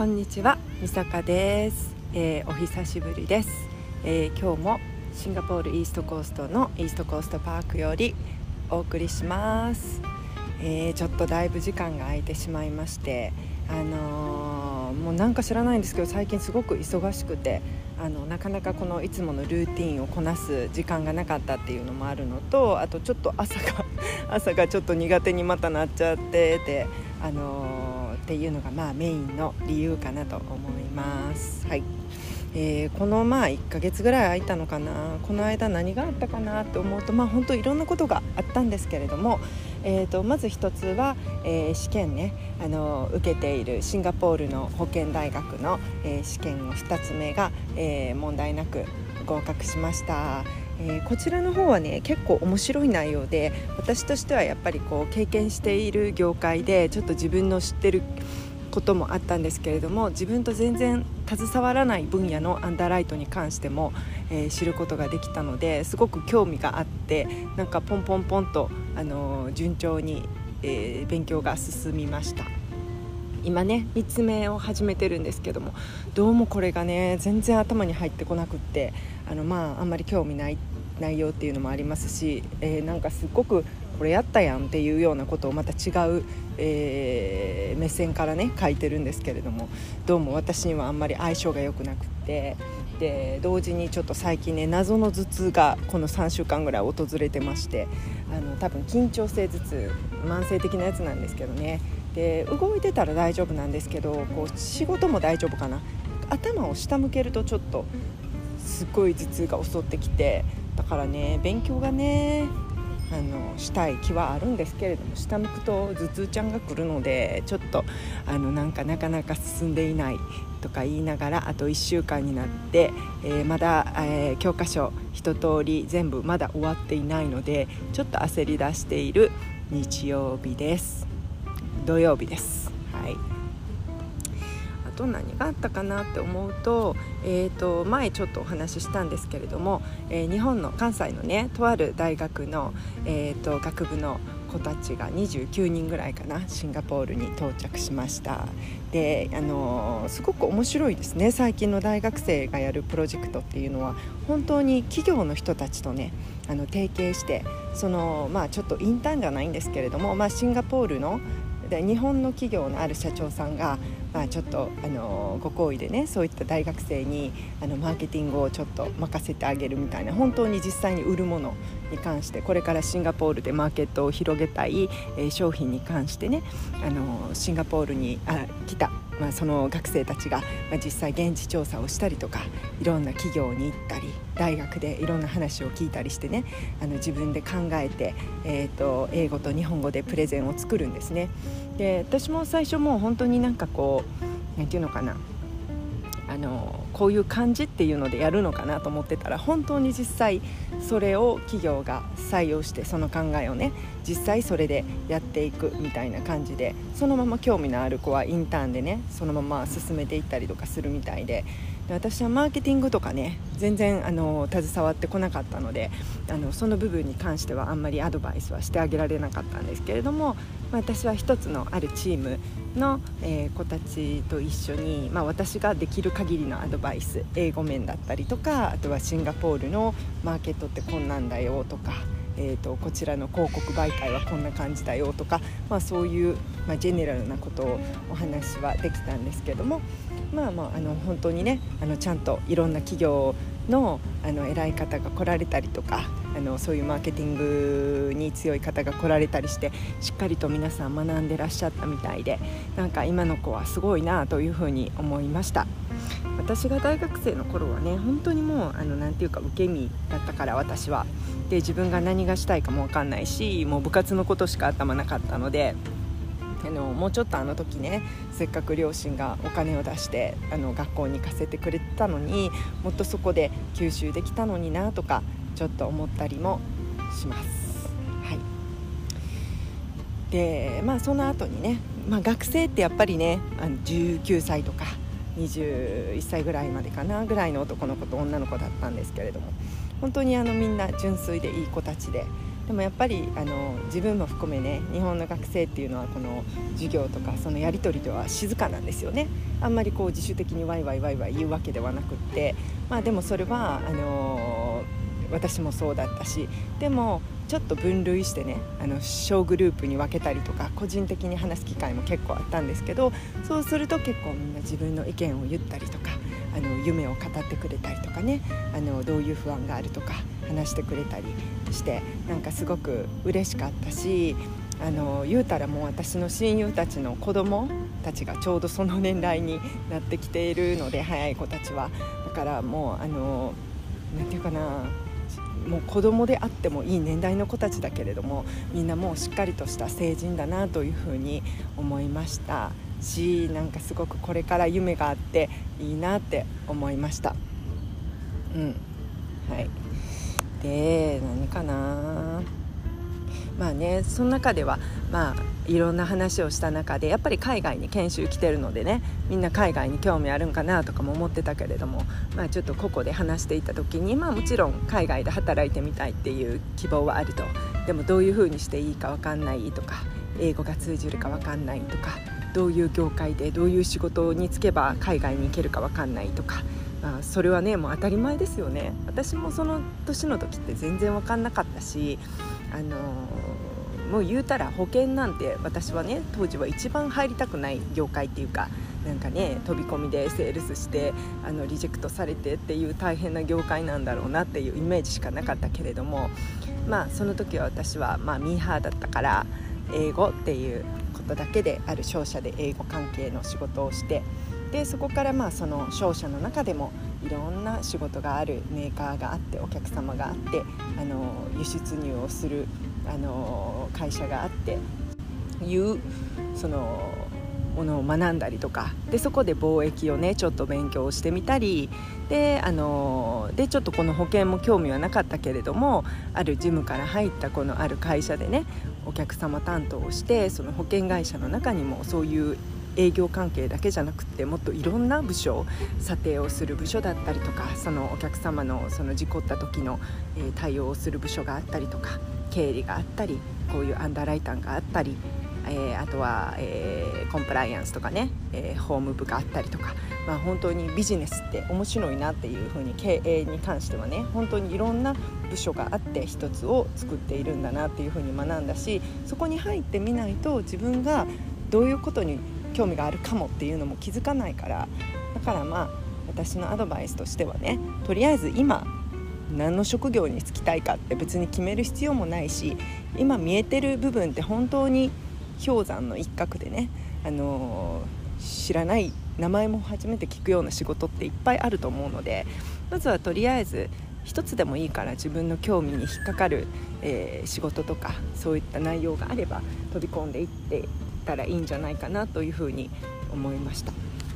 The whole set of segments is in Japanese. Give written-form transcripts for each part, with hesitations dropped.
こんにちは、みさかです。お久しぶりです。今日もシンガポールイーストコーストのイーストコーストパークよりお送りします。ちょっとだいぶ時間が空いてしまいまして、もうなんか知らないんですけど最近すごく忙しくてなかなかこのいつものルーティンをこなす時間がなかったっていうのもあるのと、あとちょっと朝がちょっと苦手にまたなっちゃってて、っていうのがメインの理由かなと思います。はい。この1ヶ月ぐらい空いたのかな。この間何があったかなって思うと本当いろんなことがあったんですけれども、まず一つは、試験ね、受けているシンガポールの保健大学の、試験の2つ目が、問題なく合格しました。こちらの方はね結構面白い内容で、私としてはやっぱり経験している業界でちょっと自分の知ってることもあったんですけれども、自分と全然携わらない分野のアンダーライトに関しても、知ることができたので、すごく興味があって、なんかポンポンポンと、順調に、勉強が進みました。今ね3つ目を始めてるんですけども、どうもこれがね全然頭に入ってこなくって、あんまり興味ない内容っていうのもありますし、なんかすごくこれやったやんっていうようなことをまた違う、目線からね書いてるんですけれども、どうも私にはあんまり相性が良くなくって、で同時にちょっと最近ね謎の頭痛がこの3週間ぐらい訪れてまして、多分緊張性頭痛、慢性的なやつなんですけどね。で動いてたら大丈夫なんですけど、仕事も大丈夫かな、頭を下向けるとちょっとすごい頭痛が襲ってきて、だからね勉強がねしたい気はあるんですけれども、下向くと頭痛ちゃんが来るので、ちょっとなかなか進んでいないとか言いながら、あと1週間になって、まだ、教科書一通り全部まだ終わっていないので、ちょっと焦り出している土曜日です。はい。あと何があったかなって思うと、前ちょっとお話ししたんですけれども、日本の関西のねとある大学の、学部の子たちが29人ぐらいかな、シンガポールに到着しました。で、すごく面白いですね。最近の大学生がやるプロジェクトっていうのは本当に企業の人たちとね提携して、ちょっとインターンじゃないんですけれども、シンガポールので日本の企業のある社長さんが、ちょっとご好意でね、そういった大学生にマーケティングをちょっと任せてあげるみたいな、本当に実際に売るものに関して、これからシンガポールでマーケットを広げたい、商品に関してね、シンガポールに来た、その学生たちが、実際現地調査をしたりとか、いろんな企業に行ったり、大学でいろんな話を聞いたりしてね、自分で考えて、英語と日本語でプレゼンを作るんですね。で私も最初もう本当になんていうのかな、こういう感じっていうのでやるのかなと思ってたら、本当に実際それを企業が採用して、その考えをね実際それでやっていくみたいな感じで、そのまま興味のある子はインターンでねそのまま進めていったりとかするみたいで、私はマーケティングとかね全然携わってこなかったので、その部分に関してはあんまりアドバイスはしてあげられなかったんですけれども、私は一つのあるチームの、子たちと一緒に、私ができる限りのアドバイス、英語面だったりとか、あとはシンガポールのマーケットってこんなんだよとか、こちらの広告媒体はこんな感じだよとか、そういう、ジェネラルなことをお話はできたんですけども、本当にねちゃんといろんな企業の偉い方が来られたりとか、そういうマーケティングに強い方が来られたりして、しっかりと皆さん学んでらっしゃったみたいで、なんか今の子はすごいなというふうに思いました。私が大学生の頃はね本当にもうなんていうか受け身だったから、私はで自分が何がしたいかも分かんないし、もう部活のことしか頭なかったので、もうちょっと時ねせっかく両親がお金を出して学校に行かせてくれたのに、もっとそこで吸収できたのになとかちょっと思ったりもします。はい。でその後にね、学生ってやっぱりね19歳とか21歳ぐらいまでかなぐらいの男の子と女の子だったんですけれども、本当にみんな純粋でいい子たちで、 でもやっぱり自分も含めね、日本の学生っていうのはこの授業とかそのやり取りでは静かなんですよね。あんまりこう自主的にワイワイワイワイ言うわけではなくって、でもそれは私もそうだったし、でもちょっと分類してね、小グループに分けたりとか個人的に話す機会も結構あったんですけど、そうすると結構みんな自分の意見を言ったりとか、夢を語ってくれたりとかね、どういう不安があるとか話してくれたりして、なんかすごく嬉しかったし、言うたらもう私の親友たちの子供たちがちょうどその年代になってきているので、早い子たちはだからもうなんていうかな、もう子供であってもいい年代の子たちだけれども、みんなもうしっかりとした成人だなというふうに思いましたし、なんかすごくこれから夢があっていいなって思いました。はい。で、何かな、その中ではいろんな話をした中で、やっぱり海外に研修来てるのでね、みんな海外に興味あるんかなとかも思ってたけれども、ちょっとここで話していた時に、もちろん海外で働いてみたいっていう希望はあると。でもどういう風にしていいか分かんないとか、英語が通じるか分かんないとか、どういう業界でどういう仕事に就けば海外に行けるか分かんないとか、それはねもう当たり前ですよね。私もその年の時って全然分かんなかったし、もう言うたら保険なんて、私はね当時は一番入りたくない業界っていうか、なんかね飛び込みでセールスしてリジェクトされてっていう大変な業界なんだろうなっていうイメージしかなかったけれども、その時は私はミーハーだったから、英語っていうことだけである商社で英語関係の仕事をして、でそこからその商社の中でもいろんな仕事があるメーカーがあって、お客様があって、輸出入をする会社があっていうそのものを学んだりとかで、そこで貿易をねちょっと勉強してみたりで、ちょっとこの保険も興味はなかったけれども、あるジムから入ったこのある会社でねお客様担当をして、その保険会社の中にもそういう営業関係だけじゃなくて、もっといろんな部署、査定をする部署だったりとか、そのお客様のその事故った時の、対応をする部署があったりとか、経理があったり、こういうアンダーライターがあったり、あとは、コンプライアンスとかね、法務部があったりとか、本当にビジネスって面白いなっていう風に、経営に関してはね本当にいろんな部署があって一つを作っているんだなっていう風に学んだし、そこに入ってみないと自分がどういうことに興味があるかもっていうのも気づかないから、だから私のアドバイスとしてはね、とりあえず今何の職業に就きたいかって別に決める必要もないし、今見えてる部分って本当に氷山の一角でね、知らない名前も初めて聞くような仕事っていっぱいあると思うので、まずはとりあえず一つでもいいから自分の興味に引っかかる、仕事とかそういった内容があれば飛び込んでいっていったらいいんじゃないかなというふうに思いました。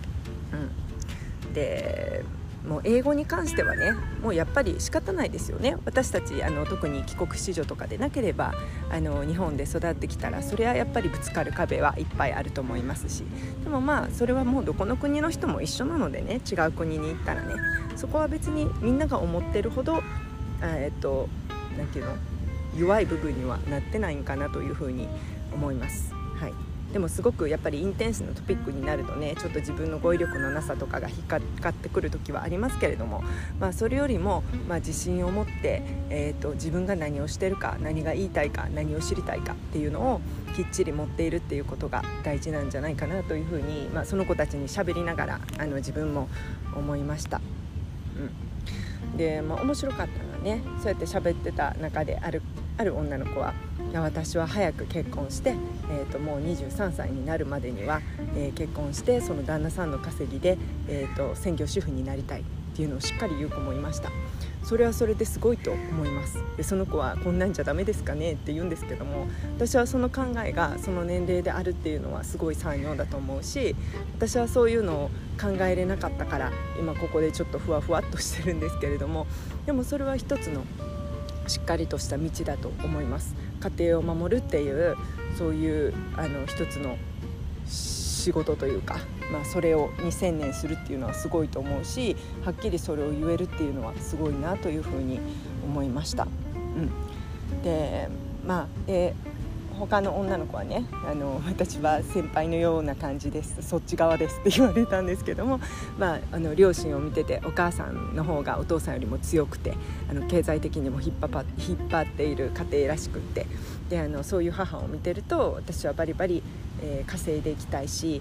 でもう英語に関してはね、もうやっぱり仕方ないですよね。私たち特に帰国子女とかでなければ日本で育ってきたら、それはやっぱりぶつかる壁はいっぱいあると思いますし、でもそれはもうどこの国の人も一緒なのでね、違う国に行ったらね、そこは別にみんなが思ってるほどなんていうの、弱い部分にはなってないんかなというふうに思います。はい。でもすごくやっぱりインテンスのトピックになるとね、ちょっと自分の語彙力のなさとかが引っかかってくる時はありますけれども、それよりも、自信を持って、自分が何をしてるか、何が言いたいか、何を知りたいかっていうのをきっちり持っているっていうことが大事なんじゃないかなというふうに、その子たちに喋りながら自分も思いました。で、面白かったのはね、そうやって喋ってた中である女の子は、いや私は早く結婚して、もう23歳になるまでには、結婚してその旦那さんの稼ぎで、専業主婦になりたいっていうのをしっかり言う子もいました。それはそれですごいと思います。でその子はこんなんじゃダメですかねって言うんですけども、私はその考えがその年齢であるっていうのはすごい才能だと思うし、私はそういうのを考えれなかったから今ここでちょっとふわふわっとしてるんですけれども、でもそれは一つのしっかりとした道だと思います。家庭を守るっていうそういう一つの仕事というか、それに専念するっていうのはすごいと思うし、はっきりそれを言えるっていうのはすごいなというふうに思いました。 で他の女の子はね私は先輩のような感じです、そっち側ですって言われたんですけども、両親を見ててお母さんの方がお父さんよりも強くて経済的にも引っ張っている家庭らしくって、でそういう母を見てると私はバリバリ、稼いでいきたいし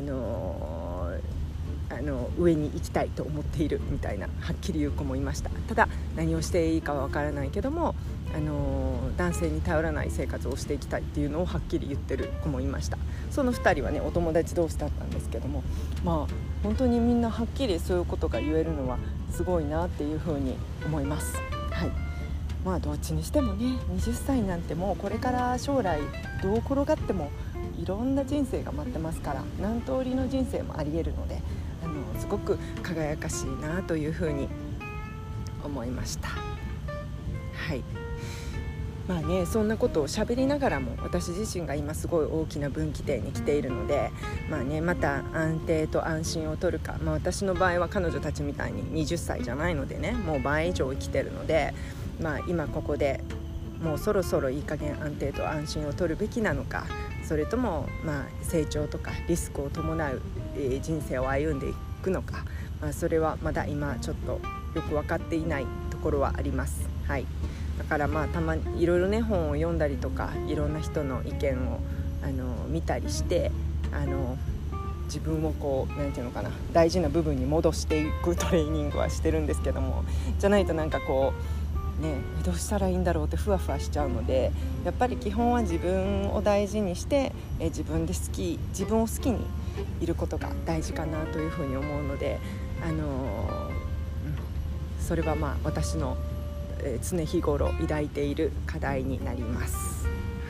上に行きたいと思っているみたいなはっきり言う子もいました。ただ何をしていいかは分からないけども男性に頼らない生活をしていきたいっていうのをはっきり言ってる子もいました。その2人はねお友達同士だったんですけども、本当にみんなはっきりそういうことが言えるのはすごいなっていうふうに思います。はい、どっちにしてもね20歳なんてもうこれから将来どう転がってもいろんな人生が待ってますから、何通りの人生もあり得るのですごく輝かしいなというふうに思いました。はい、そんなことを喋りながらも私自身が今すごい大きな分岐点に来ているので、また安定と安心を取るか、私の場合は彼女たちみたいに20歳じゃないのでね、もう倍以上生きてるので、今ここでもうそろそろいい加減安定と安心を取るべきなのか、それとも成長とかリスクを伴う人生を歩んでいくのか、それはまだ今ちょっとよく分かっていないところはあります。はい、だからたまにいろいろね本を読んだりとかいろんな人の意見を見たりして自分をなんていうのかな、大事な部分に戻していくトレーニングはしてるんですけども、じゃないとどうしたらいいんだろうってふわふわしちゃうので、やっぱり基本は自分を大事にして自分を好きにいることが大事かなというふうに思うので、それは私の常日頃抱いている課題になります。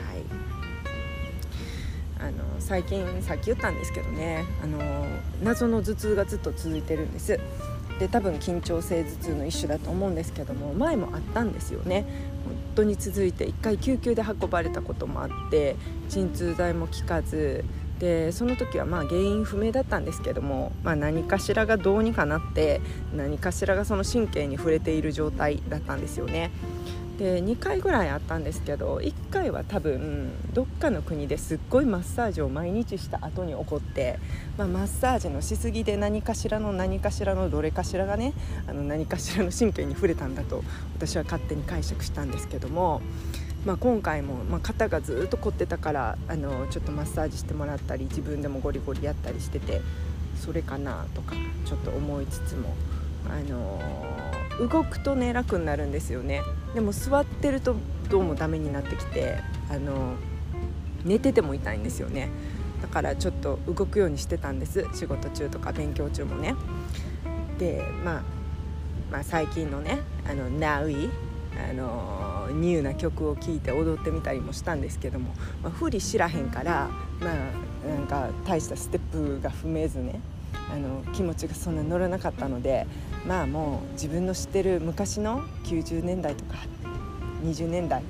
はい、最近さっき言ったんですけどね、謎の頭痛がずっと続いてるんです。で多分緊張性頭痛の一種だと思うんですけども、前もあったんですよね。本当に続いて1回救急で運ばれたこともあって、鎮痛剤も効かずで、その時は原因不明だったんですけども、何かしらがどうにかなって何かしらがその神経に触れている状態だったんですよね。で2回ぐらいあったんですけど、1回は多分どっかの国ですっごいマッサージを毎日した後に起こって、マッサージのしすぎで何かしらのどれかしらがね何かしらの神経に触れたんだと私は勝手に解釈したんですけども、今回も、肩がずっと凝ってたからちょっとマッサージしてもらったり自分でもゴリゴリやったりしてて、それかなとかちょっと思いつつも動くとね楽になるんですよね。でも座ってるとどうもダメになってきて寝てても痛いんですよね。だからちょっと動くようにしてたんです、仕事中とか勉強中もね。で最近のねナウイニューな曲を聴いて踊ってみたりもしたんですけども、振り知らへんからなんか大したステップが踏めずね気持ちがそんな乗らなかったので、もう自分の知ってる昔の90年代とか20年代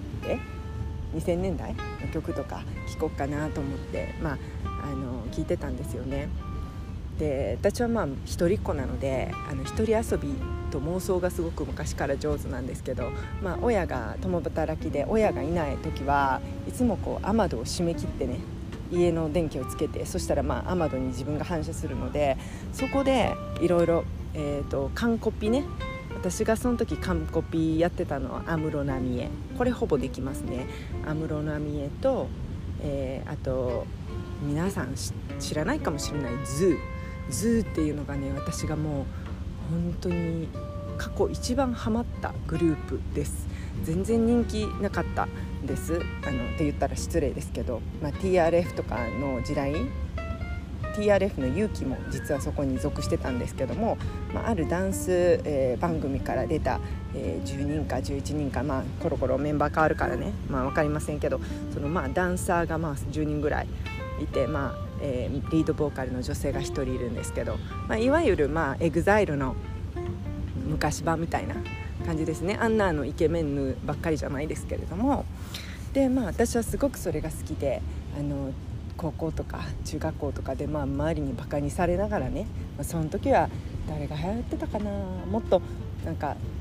2000年代の曲とか聴こうかなと思って聴いてたんですよね。で私は一人っ子なので一人遊びと妄想がすごく昔から上手なんですけど、親が共働きで親がいない時はいつも雨戸を閉め切ってね家の電気をつけて、そしたら雨戸に自分が反射するので、そこでいろいろ完コピね、私がその時完コピやってたのは安室奈美恵、これほぼできますね。安室奈美恵と、あと皆さん知らないかもしれないズーっていうのがね、私がもう本当に過去一番ハマったグループです。全然人気なかったんですって言ったら失礼ですけど、TRF とかの時代 TRF の勇気も実はそこに属してたんですけども、あるダンス、番組から出た、10人か11人か、コロコロメンバー変わるからね、分かりませんけど、そのダンサーが10人ぐらいいて、リードボーカルの女性が1人いるんですけど、いわゆるEXILE の昔版みたいな感じですね。あんなイケメンヌばっかりじゃないですけれども、で私はすごくそれが好きで高校とか中学校とかで周りにバカにされながらね、その時は誰が流行ってたかな、もっとなんか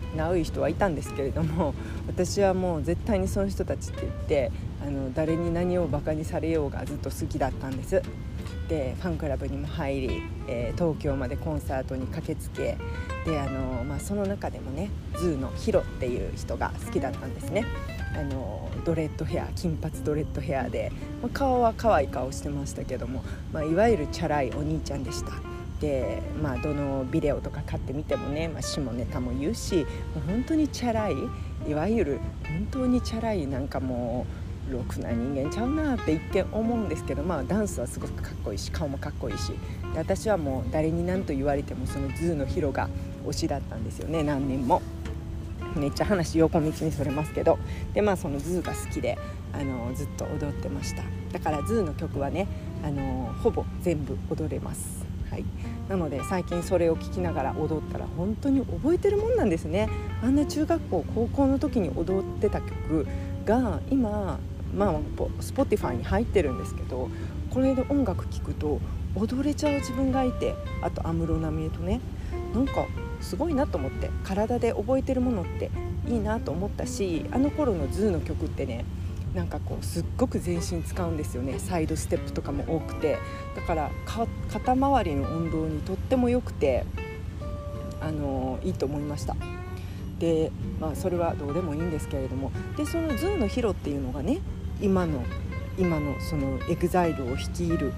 ナウい人はいたんですけれども、私はもう絶対にその人たちって言って誰に何をバカにされようがずっと好きだったんです。でファンクラブにも入り、東京までコンサートに駆けつけでその中でもねズーのヒロっていう人が好きだったんですね。ドレッドヘア、金髪ドレッドヘアで、顔は可愛い顔してましたけども、いわゆるチャラいお兄ちゃんでした。で、どのビデオとか買ってみてもね、下ネタも言うし、もう本当にチャラい、いわゆる本当にチャラい、なんかもうろくな人間ちゃうなって一見思うんですけど、ダンスはすごくかっこいいし、顔もかっこいいし、で私はもう誰に何と言われてもそのズーのヒロが推しだったんですよね。何年もめっちゃ話横道にそれますけど、でそのズーが好きでずっと踊ってました。だからズーの曲はねほぼ全部踊れます。はい、なので最近それを聴きながら踊ったら本当に覚えてるもんなんですね。あんな中学校高校の時に踊ってた曲が今Spotify に入ってるんですけど、これで音楽聴くと踊れちゃう自分がいて、あと安室奈美恵とね、なんかすごいなと思って、体で覚えてるものっていいなと思ったし、あの頃のズーの曲ってね、なんかこうすっごく全身使うんですよね。サイドステップとかも多くて、だから肩周りの運動にとっても良くていいと思いました。で、それはどうでもいいんですけれども、でそのズーのヒロっていうのがね、今のそのEXILEを率いる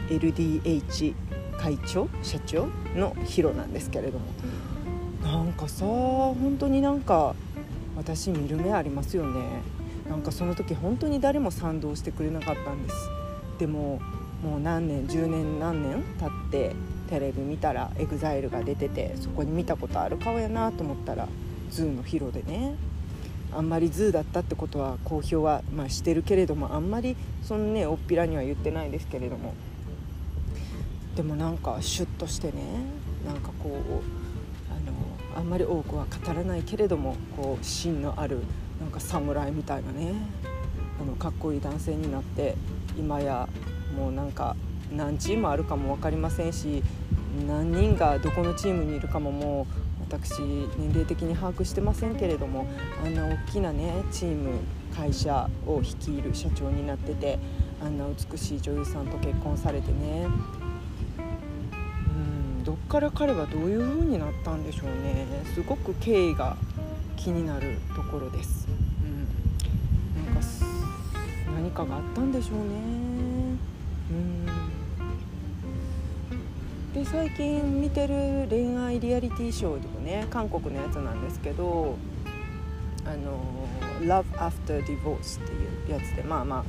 LDH 社長のヒロなんですけれども、なんかさ本当になんか私見る目ありますよね。なんかその時本当に誰も賛同してくれなかったんです。でももう10年何年経ってテレビ見たらEXILEが出てて、そこに見たことある顔やなと思ったらズーのヒロでね、あんまりズーだったってことは公表はしてるけれども、あんまりそのねおっぴらには言ってないですけれども、でもなんかシュッとしてね、なんかこうあんまり多くは語らないけれども、こう芯のあるなんか侍みたいなね、かっこいい男性になって、今やもうなんか何チームあるかも分かりませんし、何人がどこのチームにいるかももう私年齢的に把握してませんけれども、あんな大きなねチーム会社を率いる社長になってて、あんな美しい女優さんと結婚されてね、どっから彼はどういう風になったんでしょうね。すごく経緯が気になるところです。なんか何かがあったんでしょうね。で最近見てる恋愛リアリティショーでもね、韓国のやつなんですけど、Love After Divorce っていうやつで、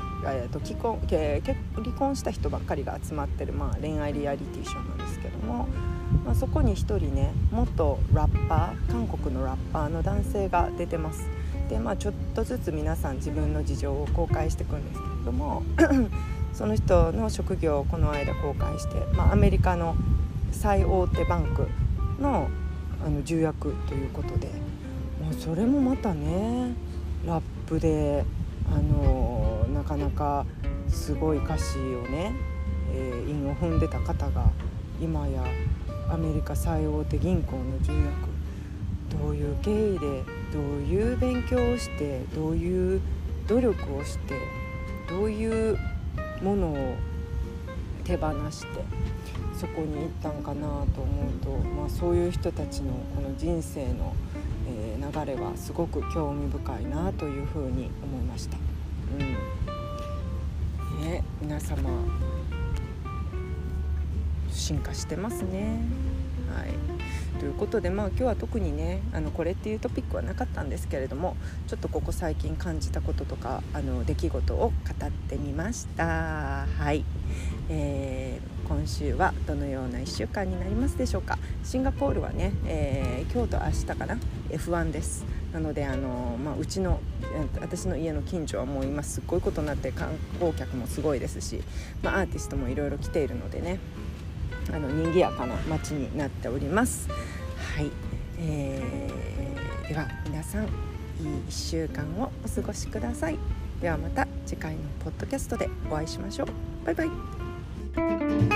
離婚した人ばっかりが集まってる、恋愛リアリティショーなんですけども、そこに一人ね、元ラッパー、韓国のラッパーの男性が出てます。でちょっとずつ皆さん自分の事情を公開していくんですけれどもその人の職業をこの間公開して、アメリカの最大手バンクの重役ということで、それもまたねラップでなかなかすごい歌詞をね、韻を踏んでた方が今やアメリカ最大手銀行の重役、どういう経緯でどういう勉強をして、どういう努力をして、どういうものを手放してそこに行ったんかなと思うと、そういう人たちのこの人生の、流れはすごく興味深いなというふうに思いました。皆様進化してますね。ということで、今日は特にねこれっていうトピックはなかったんですけれども、ちょっとここ最近感じたこととか出来事を語ってみました。今週はどのような1週間になりますでしょうか。シンガポールはね、今日と明日かな F1 です。なので私の家の近所はもう今すっごいことになって、観光客もすごいですし、アーティストもいろいろ来ているのでね、賑やかな街になっております。では皆さんいい1週間をお過ごしください。ではまた次回のポッドキャストでお会いしましょう。バイバイ。